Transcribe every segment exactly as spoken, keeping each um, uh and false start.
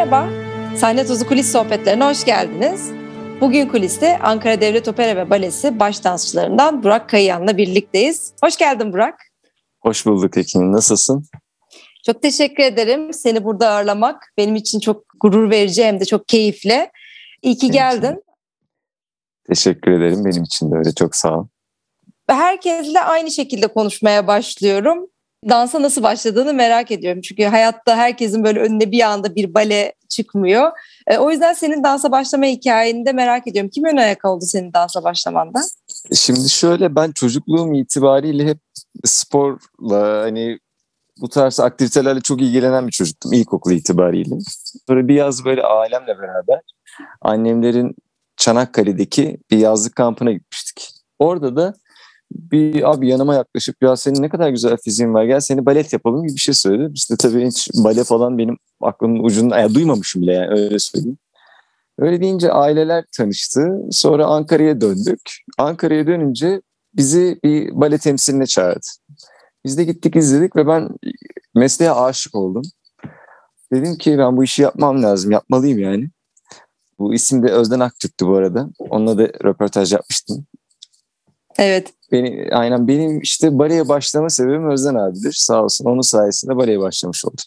Merhaba, Sahne Tozu Kulis Sohbetlerine hoş geldiniz. Bugün kuliste Ankara Devlet Opera ve Balesi baş dansçılarından Burak Kayıhan'la birlikteyiz. Hoş geldin Burak. Hoş bulduk Ekin, nasılsın? Çok teşekkür ederim. Seni burada ağırlamak benim için çok gurur verici hem de çok keyifli. İyi ki geldin. Teşekkür ederim, benim için de öyle, çok sağ ol. Herkesle aynı şekilde konuşmaya başlıyorum. Dansa nasıl başladığını merak ediyorum. Çünkü hayatta herkesin böyle önüne bir anda bir bale çıkmıyor. E, o yüzden senin dansa başlama hikayeni de merak ediyorum. Kim ön ayak oldu senin dansa başlamanda? Şimdi şöyle, ben çocukluğum itibariyle hep sporla, hani bu tarz aktivitelerle çok ilgilenen bir çocuktum ilkokul itibariyle. Sonra bir yaz böyle ailemle beraber annemlerin Çanakkale'deki bir yazlık kampına gitmiştik. Orada da bir abi yanıma yaklaşıp ya senin ne kadar güzel fiziğin var, gel seni balet yapalım gibi bir şey söyledi. İşte tabii hiç bale falan benim aklımın ucunda, yani duymamışım bile, yani öyle söyleyeyim. Öyle deyince aileler tanıştı. Sonra Ankara'ya döndük. Ankara'ya dönünce bizi bir bale temsiline çağırdı. Biz de gittik, izledik ve ben mesleğe aşık oldum. Dedim ki ben bu işi yapmam lazım, yapmalıyım yani. Bu isim de Özden Aktürk'tü bu arada. Onunla da röportaj yapmıştım. Evet. Beni, aynen benim işte baleye başlama sebebim Özden abidir. Sağ olsun, onun sayesinde baleye başlamış oldum.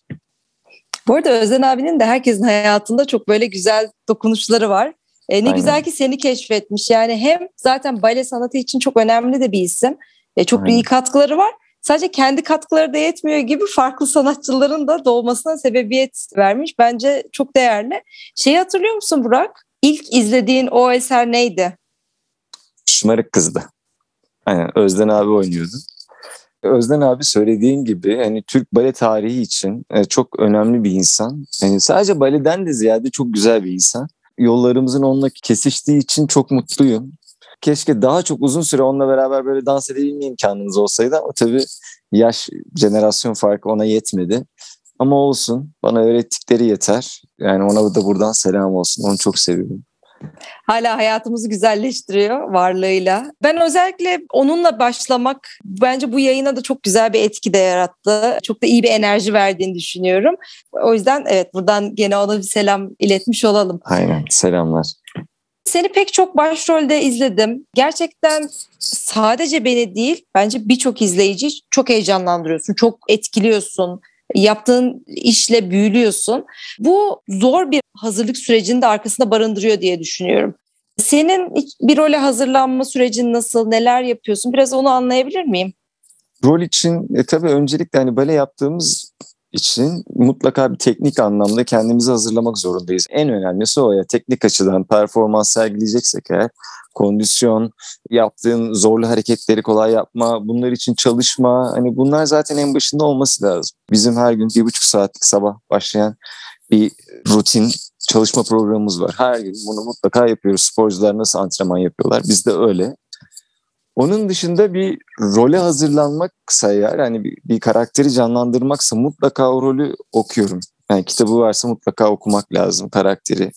Bu arada Özden abinin de herkesin hayatında çok böyle güzel dokunuşları var. E, ne Aynen. Güzel ki seni keşfetmiş. Yani hem zaten bale sanatı için çok önemli de bir isim. E, çok Aynen. iyi katkıları var. Sadece kendi katkıları da yetmiyor gibi farklı sanatçıların da doğmasına sebebiyet vermiş. Bence çok değerli. Şeyi hatırlıyor musun Burak? İlk izlediğin o eser neydi? Şımarık Kız'dı. Aynen, Özden abi oynuyordu. Özden abi söylediğin gibi hani Türk bale tarihi için çok önemli bir insan. Yani sadece baleden de ziyade çok güzel bir insan. Yollarımızın onunla kesiştiği için çok mutluyum. Keşke daha çok uzun süre onunla beraber böyle dans edebilme imkanımız olsaydı ama tabii yaş, jenerasyon farkı ona yetmedi. Ama olsun, bana öğrettikleri yeter. Yani ona da buradan selam olsun. Onu çok seviyorum. Hala hayatımızı güzelleştiriyor varlığıyla. Ben özellikle onunla başlamak bence bu yayına da çok güzel bir etki de yarattı. Çok da iyi bir enerji verdiğini düşünüyorum. O yüzden evet, buradan gene ona bir selam iletmiş olalım. Aynen, selamlar. Seni pek çok başrolde izledim. Gerçekten sadece beni değil, bence birçok izleyiciyi çok heyecanlandırıyorsun, çok etkiliyorsun. Yaptığın işle büyülüyorsun. Bu zor bir hazırlık sürecini de arkasında barındırıyor diye düşünüyorum. Senin bir role hazırlanma sürecin nasıl, neler yapıyorsun? Biraz onu anlayabilir miyim? Rol için e, tabii öncelikle hani bale yaptığımız için mutlaka bir teknik anlamda kendimizi hazırlamak zorundayız. En önemlisi o ya, teknik açıdan performans sergileyeceksek eğer, kondisyon, yaptığın zorlu hareketleri kolay yapma, bunlar için çalışma, hani bunlar zaten en başında olması lazım. Bizim her gün bir buçuk saatlik sabah başlayan bir rutin çalışma programımız var. Her gün bunu mutlaka yapıyoruz. Sporcular nasıl antrenman yapıyorlar, biz de öyle. Onun dışında bir role hazırlanmaksa eğer, hani bir, bir karakteri canlandırmaksa mutlaka o rolü okuyorum. Yani kitabı varsa mutlaka okumak lazım karakteri.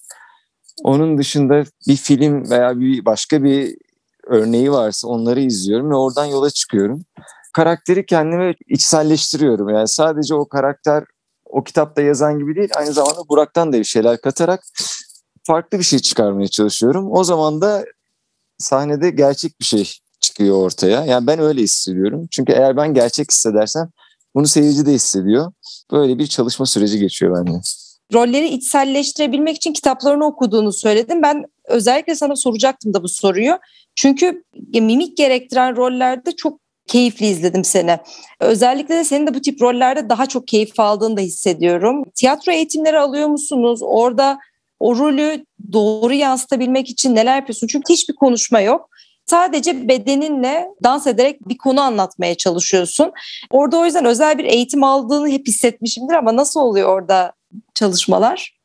Onun dışında bir film veya bir başka bir örneği varsa onları izliyorum ve oradan yola çıkıyorum. Karakteri kendime içselleştiriyorum. Yani sadece o karakter o kitapta yazan gibi değil, aynı zamanda Burak'tan da bir şeyler katarak farklı bir şey çıkarmaya çalışıyorum. O zaman da sahnede gerçek bir şey çıkıyor ortaya. Yani ben öyle hissediyorum. Çünkü eğer ben gerçek hissedersem bunu seyirci de hissediyor. Böyle bir çalışma süreci geçiyor bende. Rolleri içselleştirebilmek için kitaplarını okuduğunu söyledim. Ben özellikle sana soracaktım da bu soruyu. Çünkü mimik gerektiren rollerde çok keyifli izledim seni. Özellikle de senin de bu tip rollerde daha çok keyif aldığını da hissediyorum. Tiyatro eğitimleri alıyor musunuz? Orada o rolü doğru yansıtabilmek için neler yapıyorsun? Çünkü hiçbir konuşma yok. Sadece bedeninle dans ederek bir konu anlatmaya çalışıyorsun. Orada o yüzden özel bir eğitim aldığını hep hissetmişimdir ama nasıl oluyor orada çalışmalar?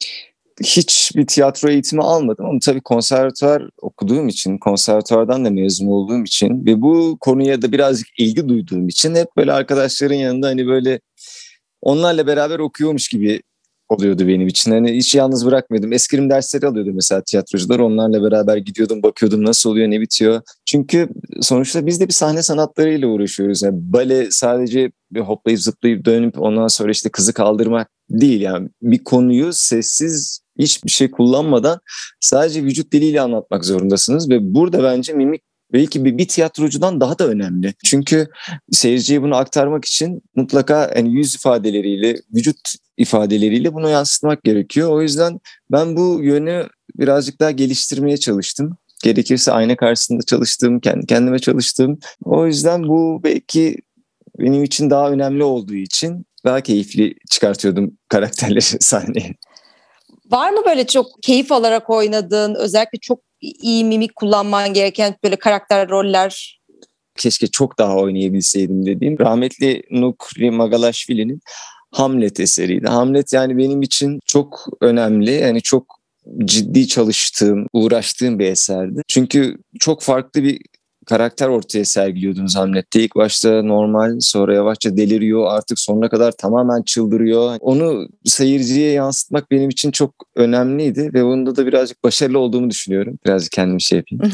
Hiç bir tiyatro eğitimi almadım ama tabii konservatuvar okuduğum için, konservatuvardan da mezun olduğum için ve bu konuya da birazcık ilgi duyduğum için hep böyle arkadaşların yanında hani böyle onlarla beraber okuyormuş gibi oluyordu benim için. Hani hiç yalnız bırakmıyordum. Eskrim dersleri alıyordu mesela tiyatrocular. Onlarla beraber gidiyordum, bakıyordum nasıl oluyor, ne bitiyor. Çünkü sonuçta biz de bir sahne sanatlarıyla uğraşıyoruz. Yani bale sadece bir hoplayıp zıplayıp dönüp ondan sonra işte kızı kaldırmak değil. Yani bir konuyu sessiz, hiçbir şey kullanmadan sadece vücut diliyle anlatmak zorundasınız. Ve burada bence mimik belki bir, bir tiyatrocudan daha da önemli. Çünkü seyirciye bunu aktarmak için mutlaka yani yüz ifadeleriyle, vücut ifadeleriyle bunu yansıtmak gerekiyor. O yüzden ben bu yönü birazcık daha geliştirmeye çalıştım. Gerekirse ayna karşısında çalıştım, kendi kendime çalıştım. O yüzden bu belki benim için daha önemli olduğu için daha keyifli çıkartıyordum karakterleri sahneye. Var mı böyle çok keyif alarak oynadığın, özellikle çok iyi mimik kullanman gereken böyle karakter roller? Keşke çok daha oynayabilseydim dediğim rahmetli Nukri Magalaşvili'nin Hamlet eseriydi. Hamlet yani benim için çok önemli, yani çok ciddi çalıştığım, uğraştığım bir eserdi. Çünkü çok farklı bir karakter ortaya sergiliyordunuz Hamlet'te. İlk başta normal, sonra yavaşça deliriyor, artık sonuna kadar tamamen çıldırıyor. Onu seyirciye yansıtmak benim için çok önemliydi ve onda da birazcık başarılı olduğumu düşünüyorum. Birazcık kendimi şey yapayım.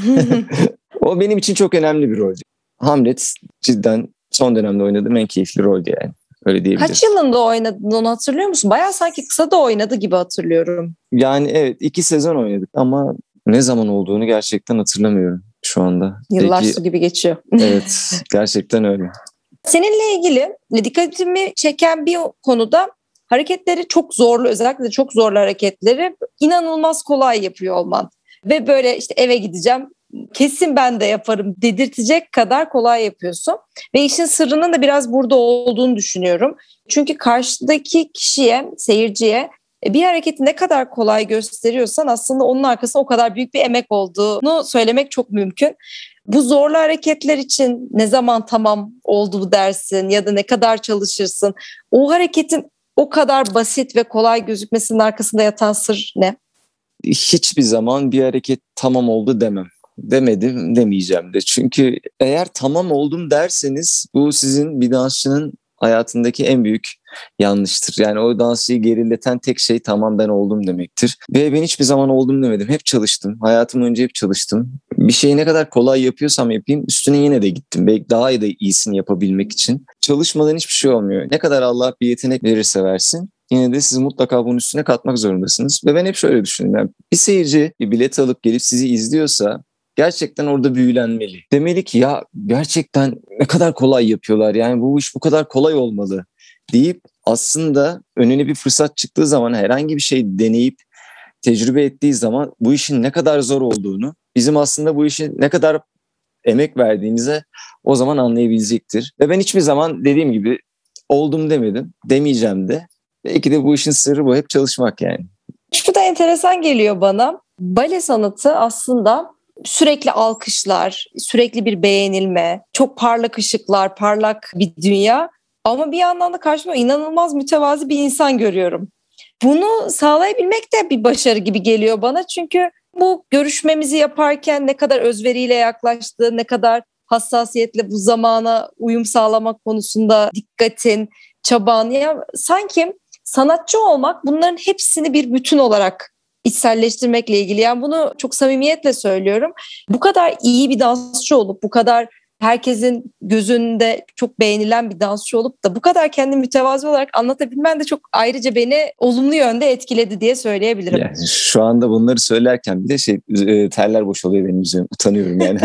O benim için çok önemli bir roldü. Hamlet cidden son dönemde oynadığım en keyifli roldü yani. Öyle diyebilirim. Kaç yılında oynadın, onu hatırlıyor musun? Bayağı sanki kısa da oynadı gibi hatırlıyorum. Yani evet, iki sezon oynadık ama ne zaman olduğunu gerçekten hatırlamıyorum şu anda. Yıllar Belki, su gibi geçiyor. evet, gerçekten öyle. Seninle ilgili dikkatimi çeken bir konuda hareketleri çok zorlu, özellikle de çok zorlu hareketleri inanılmaz kolay yapıyor olman. Ve böyle işte eve gideceğim, kesin ben de yaparım dedirtecek kadar kolay yapıyorsun. Ve işin sırrının da biraz burada olduğunu düşünüyorum. Çünkü karşıdaki kişiye, seyirciye bir hareketi ne kadar kolay gösteriyorsan aslında onun arkasında o kadar büyük bir emek olduğunu söylemek çok mümkün. Bu zorlu hareketler için ne zaman tamam oldu dersin ya da ne kadar çalışırsın? O hareketin o kadar basit ve kolay gözükmesinin arkasında yatan sır ne? Hiçbir zaman bir hareket tamam oldu demem. Demedim, demeyeceğim de. Çünkü eğer tamam oldum derseniz bu sizin bir dansçının hayatındaki en büyük yanlıştır. Yani o dansçıyı gerileten tek şey tamam ben oldum demektir. Ve ben hiçbir zaman oldum demedim. Hep çalıştım. Hayatım önce hep çalıştım. Bir şeyi ne kadar kolay yapıyorsam yapayım üstüne yine de gittim. Belki daha iyi de iyisini yapabilmek için. Çalışmadan hiçbir şey olmuyor. Ne kadar Allah bir yetenek verirse versin, yine de siz mutlaka bunun üstüne katmak zorundasınız. Ve ben hep şöyle düşünüyorum. Yani bir seyirci bir bilet alıp gelip sizi izliyorsa gerçekten orada büyülenmeli. Demeli ki ya gerçekten ne kadar kolay yapıyorlar. Yani bu iş bu kadar kolay olmalı deyip aslında önüne bir fırsat çıktığı zaman herhangi bir şey deneyip tecrübe ettiği zaman bu işin ne kadar zor olduğunu, bizim aslında bu işin ne kadar emek verdiğimize o zaman anlayabilecektir. Ve ben hiçbir zaman dediğim gibi oldum demedim, demeyeceğim de. Belki de bu işin sırrı bu, hep çalışmak yani. Şu da enteresan geliyor bana. Bale sanatı aslında sürekli alkışlar, sürekli bir beğenilme, çok parlak ışıklar, parlak bir dünya. Ama bir yandan da karşıma inanılmaz mütevazi bir insan görüyorum. Bunu sağlayabilmek de bir başarı gibi geliyor bana. Çünkü bu görüşmemizi yaparken ne kadar özveriyle yaklaştığı, ne kadar hassasiyetle bu zamana uyum sağlamak konusunda dikkatin, çaban. Ya sanki sanatçı olmak bunların hepsini bir bütün olarak içselleştirmekle ilgili. Yani bunu çok samimiyetle söylüyorum. Bu kadar iyi bir dansçı olup, bu kadar herkesin gözünde çok beğenilen bir dansçı olup da bu kadar kendini mütevazı olarak anlatabilmen de çok ayrıca beni olumlu yönde etkiledi diye söyleyebilirim. Yani şu anda bunları söylerken bir de şey terler boşalıyor benim üzerime. Utanıyorum yani.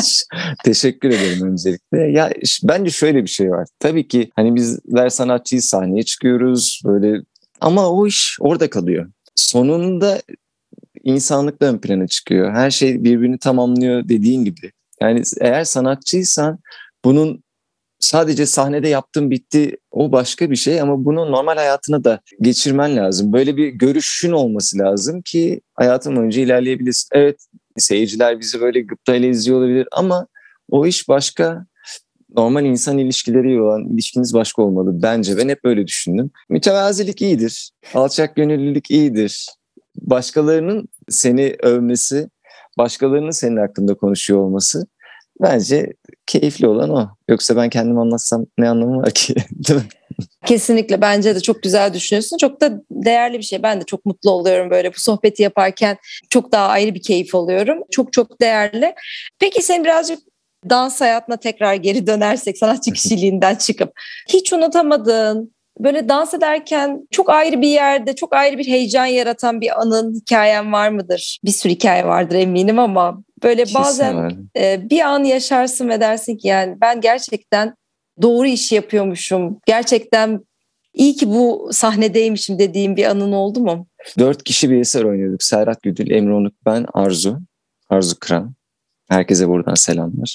Teşekkür ederim öncelikle. Ya bence şöyle bir şey var. Tabii ki hani bizler sanatçıyız, sahneye çıkıyoruz böyle ama o iş orada kalıyor. Sonunda insanlık da ön plana çıkıyor. Her şey birbirini tamamlıyor dediğin gibi. Yani eğer sanatçıysan bunun sadece sahnede yaptın bitti o başka bir şey ama bunu normal hayatına da geçirmen lazım. Böyle bir görüşün olması lazım ki hayatın boyunca ilerleyebilirsin. Evet, seyirciler bizi böyle gıptayla izliyor olabilir ama o iş başka. Normal insan ilişkileriyle olan ilişkiniz başka olmalı bence. Ben hep böyle düşündüm. Mütevazilik iyidir. Alçak gönüllülük iyidir. Başkalarının seni övmesi, başkalarının senin hakkında konuşuyor olması bence keyifli olan o. Yoksa ben kendim anlatsam ne anlamı var ki? Değil mi? Kesinlikle, bence de çok güzel düşünüyorsun. Çok da değerli bir şey. Ben de çok mutlu oluyorum böyle bu sohbeti yaparken. Çok daha ayrı bir keyif alıyorum. Çok çok değerli. Peki sen birazcık dans hayatına tekrar geri dönersek, sanatçı kişiliğinden çıkıp hiç unutamadığın, böyle dans ederken çok ayrı bir yerde, çok ayrı bir heyecan yaratan bir anın, hikayen var mıdır? Bir sürü hikaye vardır eminim ama böyle Kesin bazen var. e, bir an yaşarsın ve dersin ki yani ben gerçekten doğru işi yapıyormuşum. Gerçekten iyi ki bu sahnedeymişim dediğim bir anın oldu mu? Dört kişi bir eser oynuyorduk. Serhat Güdül, Emre Onuk, ben, Arzu. Arzu Kıran. Herkese buradan selamlar.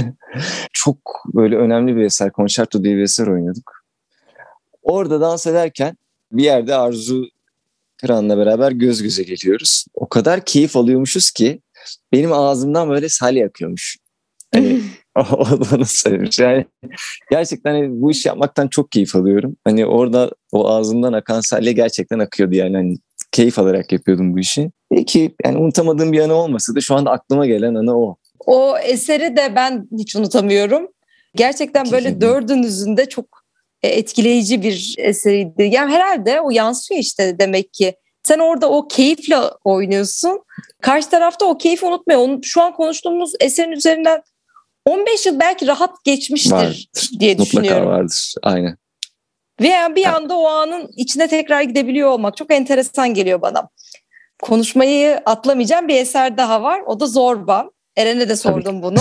Çok böyle önemli bir eser. Concerto diye bir eser oynuyorduk. Orada dans ederken bir yerde Arzu Kıran'la beraber göz göze geliyoruz. O kadar keyif alıyormuşuz ki benim ağzımdan böyle salya akıyormuş. Hani o da nasıl söylemiş. Yani gerçekten hani bu işi yapmaktan çok keyif alıyorum. Hani orada o ağzımdan akan salya gerçekten akıyordu yani. Hani keyif alarak yapıyordum bu işi. Peki yani unutamadığım bir anı olmasa da şu anda aklıma gelen anı o. O eseri de ben hiç unutamıyorum. Gerçekten böyle Kesinlikle. dördünüzün de çok etkileyici bir eseriydi. Yani herhalde o yansıyor işte demek ki. Sen orada o keyifle oynuyorsun. Karşı tarafta o keyfi unutmuyor. Onu, şu an konuştuğumuz eserin üzerinden on beş yıl belki rahat geçmiştir Vardır. diye düşünüyorum. Mutlaka vardır. Aynen. Ve yani bir anda o anın içine tekrar gidebiliyor olmak çok enteresan geliyor bana. Konuşmayı atlamayacağım bir eser daha var. O da Zorba. Eren'e de sordum bunu.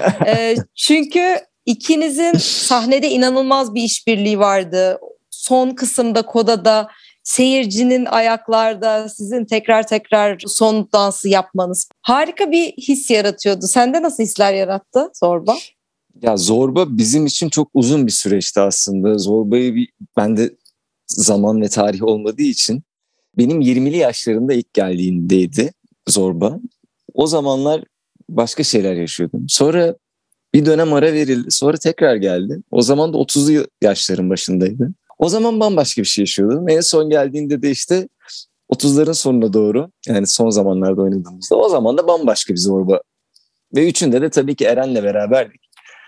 e, çünkü ikinizin sahnede inanılmaz bir işbirliği vardı. Son kısımda Koda'da seyircinin ayaklarda sizin tekrar tekrar son dansı yapmanız harika bir his yaratıyordu. Sende nasıl hisler yarattı Zorba? Ya Zorba bizim için çok uzun bir süreçti aslında. Zorba'yı bir, bende zaman ve tarih olmadığı için benim yirmili yaşlarımda ilk geldiğindeydi Zorba. O zamanlar başka şeyler yaşıyordum. Sonra bir dönem ara verildi. Sonra tekrar geldi. O zaman da otuzlu yaşların başındaydı. O zaman bambaşka bir şey yaşıyordum. En son geldiğinde de işte otuzların sonuna doğru, yani son zamanlarda oynadığımızda, o zaman da bambaşka bir Zorba. Ve üçünde de tabii ki Eren'le beraberdik.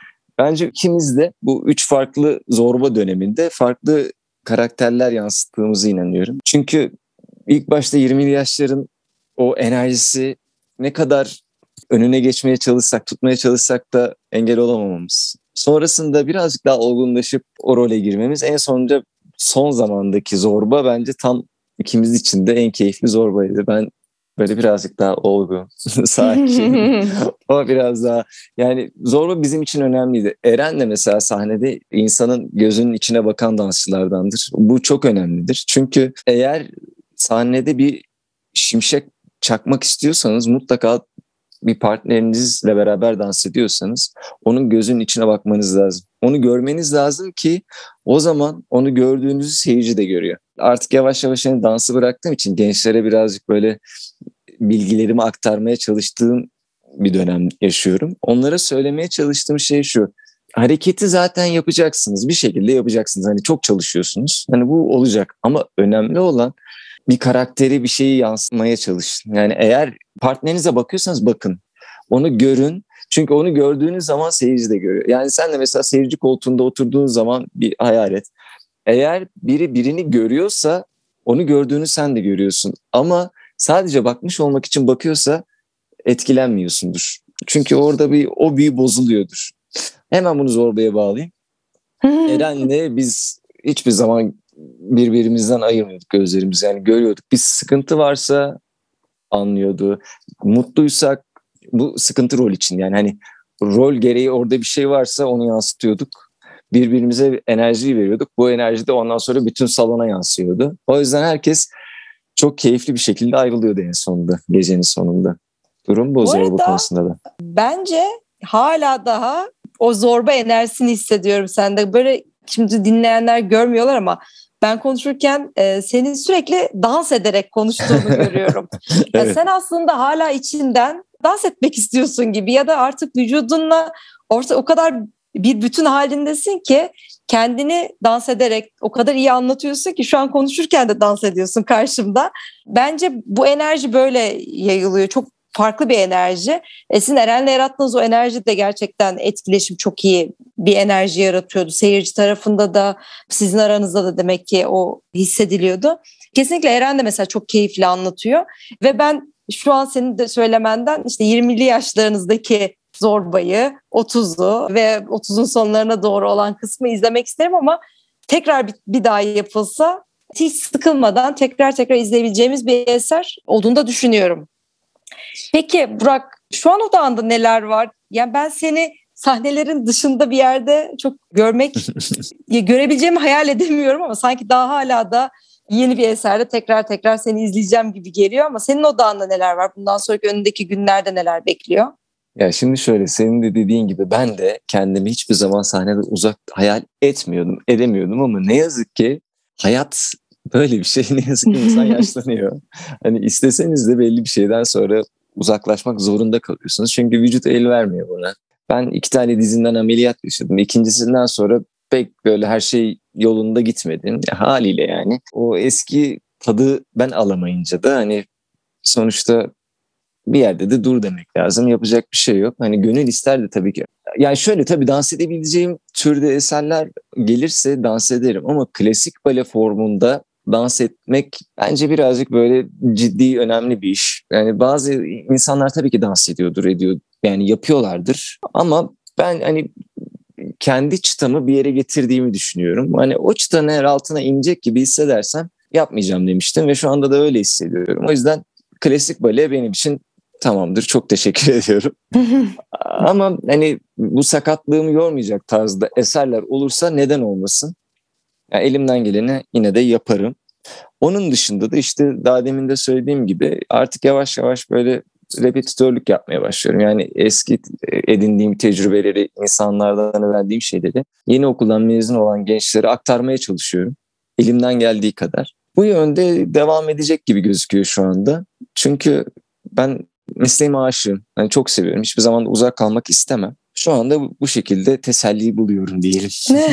Bence ikimiz de bu üç farklı Zorba döneminde farklı karakterler yansıttığımızı inanıyorum. Çünkü ilk başta yirmili yaşların o enerjisi, ne kadar önüne geçmeye çalışsak, tutmaya çalışsak da engel olamamamız. Sonrasında birazcık daha olgunlaşıp o role girmemiz, en sonunda son zamandaki Zorba bence tam ikimiz için de en keyifli Zorba'ydı. Ben böyle birazcık daha olgun, sakin. O biraz daha, yani Zorba bizim için önemliydi. Eren de mesela sahnede insanın gözünün içine bakan dansçılardandır. Bu çok önemlidir. Çünkü eğer sahnede bir şimşek çakmak istiyorsanız, mutlaka bir partnerinizle beraber dans ediyorsanız onun gözünün içine bakmanız lazım. Onu görmeniz lazım ki o zaman onu gördüğünüzü seyirci de görüyor. Artık yavaş yavaş hani dansı bıraktığım için gençlere birazcık böyle bilgilerimi aktarmaya çalıştığım bir dönem yaşıyorum. Onlara söylemeye çalıştığım şey şu: hareketi zaten yapacaksınız, bir şekilde yapacaksınız. Hani çok çalışıyorsunuz. Hani bu olacak ama önemli olan bir karakteri, bir şeyi yansıtmaya çalışın. Yani eğer partnerinize bakıyorsanız bakın. Onu görün. Çünkü onu gördüğünüz zaman seyirci de görüyor. Yani sen de mesela seyirci koltuğunda oturduğun zaman bir hayal et. Eğer biri birini görüyorsa onu gördüğünü sen de görüyorsun. Ama sadece bakmış olmak için bakıyorsa etkilenmiyorsundur. Çünkü orada bir o büyü bozuluyordur. Hemen bunu Zorba'ya bağlayayım. Eren'le biz hiçbir zaman birbirimizden ayırmıyorduk gözlerimizi. Yani görüyorduk. Bir sıkıntı varsa anlıyordu. Mutluysak bu sıkıntı rol için. Yani hani rol gereği orada bir şey varsa onu yansıtıyorduk. Birbirimize enerjiyi veriyorduk. Bu enerji de ondan sonra bütün salona yansıyordu. O yüzden herkes çok keyifli bir şekilde ayrılıyordu en sonunda, gecenin sonunda. Durum bu, bu Zorba konusunda da. Bence hala daha o Zorba enerjisini hissediyorum sende. Böyle şimdi dinleyenler görmüyorlar ama ben konuşurken e, senin sürekli dans ederek konuştuğunu görüyorum. Evet. Ya sen aslında hala içinden dans etmek istiyorsun gibi, ya da artık vücudunla orta o kadar bir bütün halindesin ki kendini dans ederek o kadar iyi anlatıyorsun ki şu an konuşurken de dans ediyorsun karşımda. Bence bu enerji böyle yayılıyor. Çok farklı bir enerji. E sizin Eren'le yarattığınız o enerji de gerçekten etkileşim çok iyi bir enerji yaratıyordu. Seyirci tarafında da sizin aranızda da demek ki o hissediliyordu. Kesinlikle Eren de mesela çok keyifli anlatıyor ve ben şu an senin de söylemenden işte yirmili yaşlarınızdaki Zorba'yı, otuzu ve otuzun sonlarına doğru olan kısmı izlemek isterim ama tekrar bir, bir daha yapılsa hiç sıkılmadan tekrar tekrar izleyebileceğimiz bir eser olduğunu da düşünüyorum. Peki Burak, şu an odağında neler var? Yani ben seni sahnelerin dışında bir yerde çok görmek, görebileceğimi hayal edemiyorum ama sanki daha hala da yeni bir eserde tekrar tekrar seni izleyeceğim gibi geliyor ama senin odağında neler var? Bundan sonraki önündeki günlerde neler bekliyor? Ya şimdi şöyle, senin de dediğin gibi ben de kendimi hiçbir zaman sahnede uzak hayal etmiyordum, edemiyordum ama ne yazık ki hayat böyle bir şey. Ne yazık ki insan yaşlanıyor. Hani isteseniz de belli bir şeyden sonra uzaklaşmak zorunda kalıyorsunuz. Çünkü vücut el vermiyor buna. Ben iki tane dizimden ameliyat yaşadım. İkincisinden sonra pek böyle her şey yolunda gitmedi. Ya, haliyle yani. O eski tadı ben alamayınca da hani sonuçta bir yerde de dur demek lazım. Yapacak bir şey yok. Hani gönül isterdi tabii ki. Yani şöyle, tabii dans edebileceğim türde eserler gelirse dans ederim ama klasik bale formunda dans etmek bence birazcık böyle ciddi, önemli bir iş. Yani bazı insanlar tabii ki dans ediyordur, ediyor. Yani yapıyorlardır. Ama ben hani kendi çıtamı bir yere getirdiğimi düşünüyorum. Hani o çıtanın eğer altına inecek gibi hissedersem yapmayacağım demiştim ve şu anda da öyle hissediyorum. O yüzden klasik bale benim için tamamdır. Çok teşekkür ediyorum. Ama hani bu sakatlığımı yormayacak tarzda eserler olursa neden olmasın? Yani elimden geleni yine de yaparım. Onun dışında da işte daha demin de söylediğim gibi artık yavaş yavaş böyle repetitörlük yapmaya başlıyorum. Yani eski edindiğim tecrübeleri, insanlardan öğrendiğim şeyleri yeni okuldan mezun olan gençlere aktarmaya çalışıyorum. Elimden geldiği kadar. Bu yönde devam edecek gibi gözüküyor şu anda. Çünkü ben mesleğime aşığım. Yani çok seviyorum. Hiçbir zaman da uzak kalmak istemem. Şu anda bu şekilde teselli buluyorum diyelim.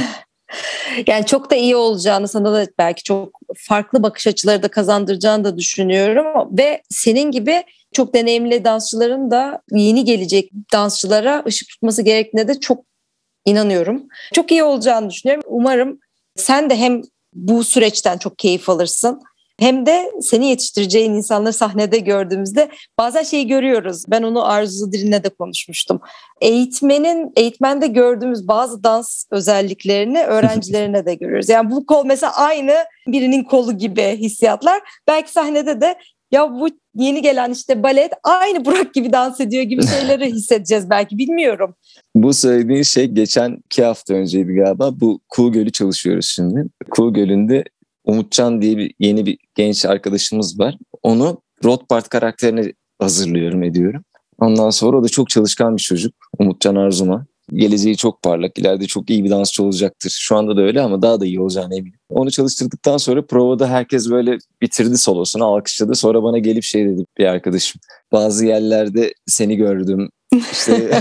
Yani çok da iyi olacağını, sana da belki çok farklı bakış açıları da kazandıracağını da düşünüyorum. Ve senin gibi çok deneyimli dansçıların da yeni gelecek dansçılara ışık tutması gerektiğine de çok inanıyorum. Çok iyi olacağını düşünüyorum. Umarım sen de hem bu süreçten çok keyif alırsın, hem de seni yetiştireceğin insanları sahnede gördüğümüzde bazen şeyi görüyoruz. Ben onu Arzu Dirin'le de konuşmuştum. Eğitmenin, eğitmende gördüğümüz bazı dans özelliklerini öğrencilerine de görüyoruz. Yani bu kol mesela aynı birinin kolu gibi hissiyatlar. Belki sahnede de ya bu yeni gelen işte balet aynı Burak gibi dans ediyor gibi şeyleri hissedeceğiz belki, bilmiyorum. Bu söylediğin şey geçen iki hafta önceydi galiba. Bu Kuğu Gölü çalışıyoruz şimdi. Kuğu Gölü'nde Umutcan diye bir yeni bir genç arkadaşımız var. Onu Rothbard karakterine hazırlıyorum, ediyorum. Ondan sonra o da çok çalışkan bir çocuk. Umutcan Arzuma. Geleceği çok parlak. İleride çok iyi bir dansçı olacaktır. Şu anda da öyle ama daha da iyi olacağına eminim. Onu çalıştırdıktan sonra provada herkes böyle bitirdi solosunu, alkışladı. Sonra bana gelip şey dedi bir arkadaşım. Bazı yerlerde seni gördüm. İşte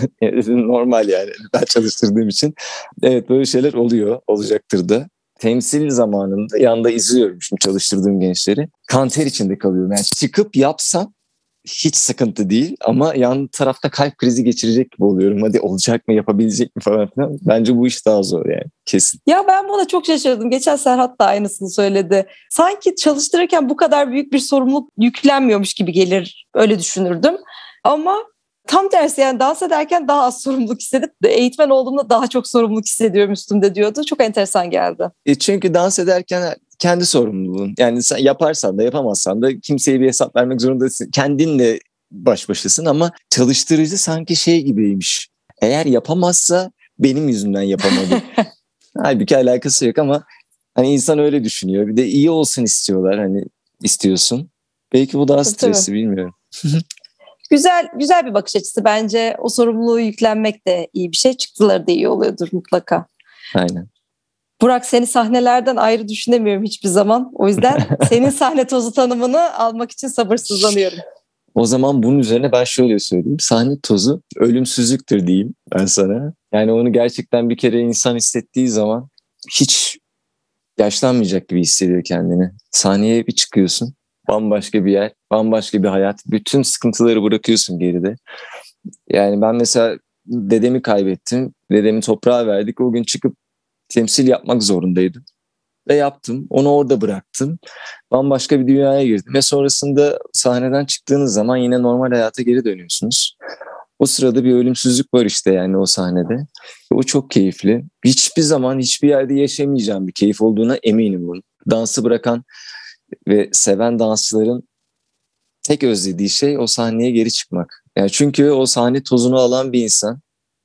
normal yani ben çalıştırdığım için. Evet, böyle şeyler oluyor. Olacaktır da. Temsil zamanında yanda izliyorum şimdi çalıştırdığım gençleri. Kanter içinde kalıyorum. Yani çıkıp yapsam hiç sıkıntı değil ama yan tarafta kalp krizi geçirecek gibi oluyorum. Hadi olacak mı, yapabilecek mi falan filan. Bence bu iş daha zor yani, kesin. Ya ben buna çok şaşırdım. Geçen Serhat da aynısını söyledi. Sanki çalıştırırken bu kadar büyük bir sorumluluk yüklenmiyormuş gibi gelir. Öyle düşünürdüm. Ama tam tersi, yani dans ederken daha az sorumluluk hissedip de eğitmen olduğumda daha çok sorumluluk hissediyorum üstümde diyordu. Çok enteresan geldi. E çünkü dans ederken kendi sorumluluğun. Yani sen yaparsan da yapamazsan da kimseye bir hesap vermek zorunda değilsin. Kendinle baş başasın ama çalıştırıcı sanki şey gibiymiş. Eğer yapamazsa benim yüzümden yapamadı. Halbuki alakası yok ama hani insan öyle düşünüyor. Bir de iyi olsun istiyorlar, hani istiyorsun. Belki bu daha stresli, bilmiyorum. Güzel güzel bir bakış açısı bence. O sorumluluğu yüklenmek de iyi bir şey. Çıktıları da iyi oluyordur mutlaka. Aynen. Burak, seni sahnelerden ayrı düşünemiyorum hiçbir zaman. O yüzden senin sahne tozu tanımını almak için sabırsızlanıyorum. O zaman bunun üzerine ben şöyle söyleyeyim. Sahne tozu ölümsüzlüktür diyeyim ben sana. Yani onu gerçekten bir kere insan hissettiği zaman hiç yaşlanmayacak gibi hissediyor kendini. Sahneye bir çıkıyorsun. Bambaşka bir yer. Bambaşka bir hayat. Bütün sıkıntıları bırakıyorsun geride. Yani ben mesela dedemi kaybettim. Dedemi toprağa verdik. O gün çıkıp temsil yapmak zorundaydım. Ve yaptım. Onu orada bıraktım. Bambaşka bir dünyaya girdim. Ve sonrasında sahneden çıktığınız zaman yine normal hayata geri dönüyorsunuz. O sırada bir ölümsüzlük var işte yani o sahnede. O çok keyifli. Hiçbir zaman hiçbir yerde yaşamayacağım bir keyif olduğuna eminim bunun. Dansı bırakan ve seven dansçıların tek özlediği şey o sahneye geri çıkmak. Yani çünkü o sahne tozunu alan bir insan,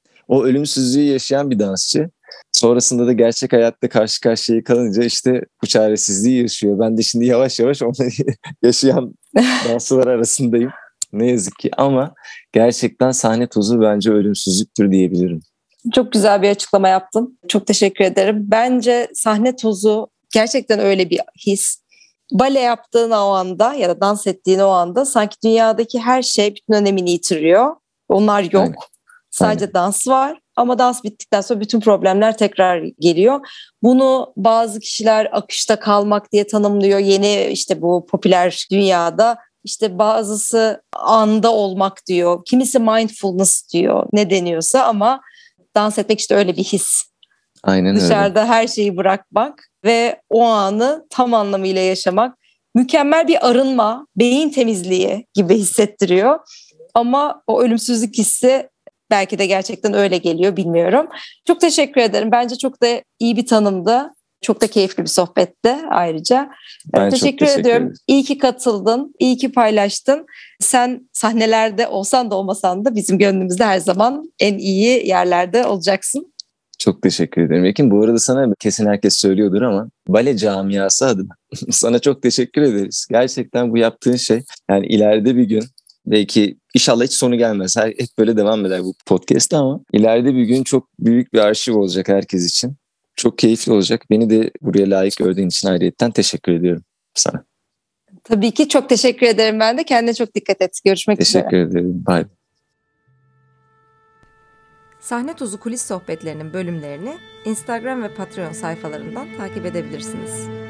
o ölümsüzlüğü yaşayan bir dansçı. Sonrasında da gerçek hayatta karşı karşıya kalınca işte bu çaresizliği yaşıyor. Ben de şimdi yavaş yavaş onu yaşayan dansçılar arasındayım. Ne yazık ki ama gerçekten sahne tozu bence ölümsüzlüktür diyebilirim. Çok güzel bir açıklama yaptın. Çok teşekkür ederim. Bence sahne tozu gerçekten öyle bir his. Bale yaptığın o anda ya da dans ettiğin o anda sanki dünyadaki her şey bütün önemini yitiriyor. Onlar yok. Aynen. Sadece Aynen. dans var ama dans bittikten sonra bütün problemler tekrar geliyor. Bunu bazı kişiler akışta kalmak diye tanımlıyor. Yeni işte bu popüler dünyada işte bazısı anda olmak diyor. Kimisi mindfulness diyor. Ne deniyorsa ama dans etmek işte öyle bir his. Aynen öyle. Dışarıda her şeyi bırakmak ve o anı tam anlamıyla yaşamak mükemmel bir arınma, beyin temizliği gibi hissettiriyor. Ama o ölümsüzlük hissi belki de gerçekten öyle geliyor, bilmiyorum. Çok teşekkür ederim. Bence çok da iyi bir tanımdı. Çok da keyifli bir sohbetti ayrıca. Ben teşekkür, teşekkür ediyorum. ederim. İyi ki katıldın, iyi ki paylaştın. Sen sahnelerde olsan da olmasan da bizim gönlümüzde her zaman en iyi yerlerde olacaksın. Çok teşekkür ederim. Ekin, bu arada sana kesin herkes söylüyordur ama bale camiası adına sana çok teşekkür ederiz. Gerçekten bu yaptığın şey yani ileride bir gün belki inşallah hiç sonu gelmez. Her, hep böyle devam eder bu podcast ama ileride bir gün çok büyük bir arşiv olacak herkes için. Çok keyifli olacak. Beni de buraya layık gördüğün için ayrıyetten teşekkür ediyorum sana. Tabii ki çok teşekkür ederim ben de. Kendine çok dikkat et. Görüşmek teşekkür üzere. Teşekkür ederim. Bye. Sahne Tozu Kulis Sohbetlerinin bölümlerini Instagram ve Patreon sayfalarından takip edebilirsiniz.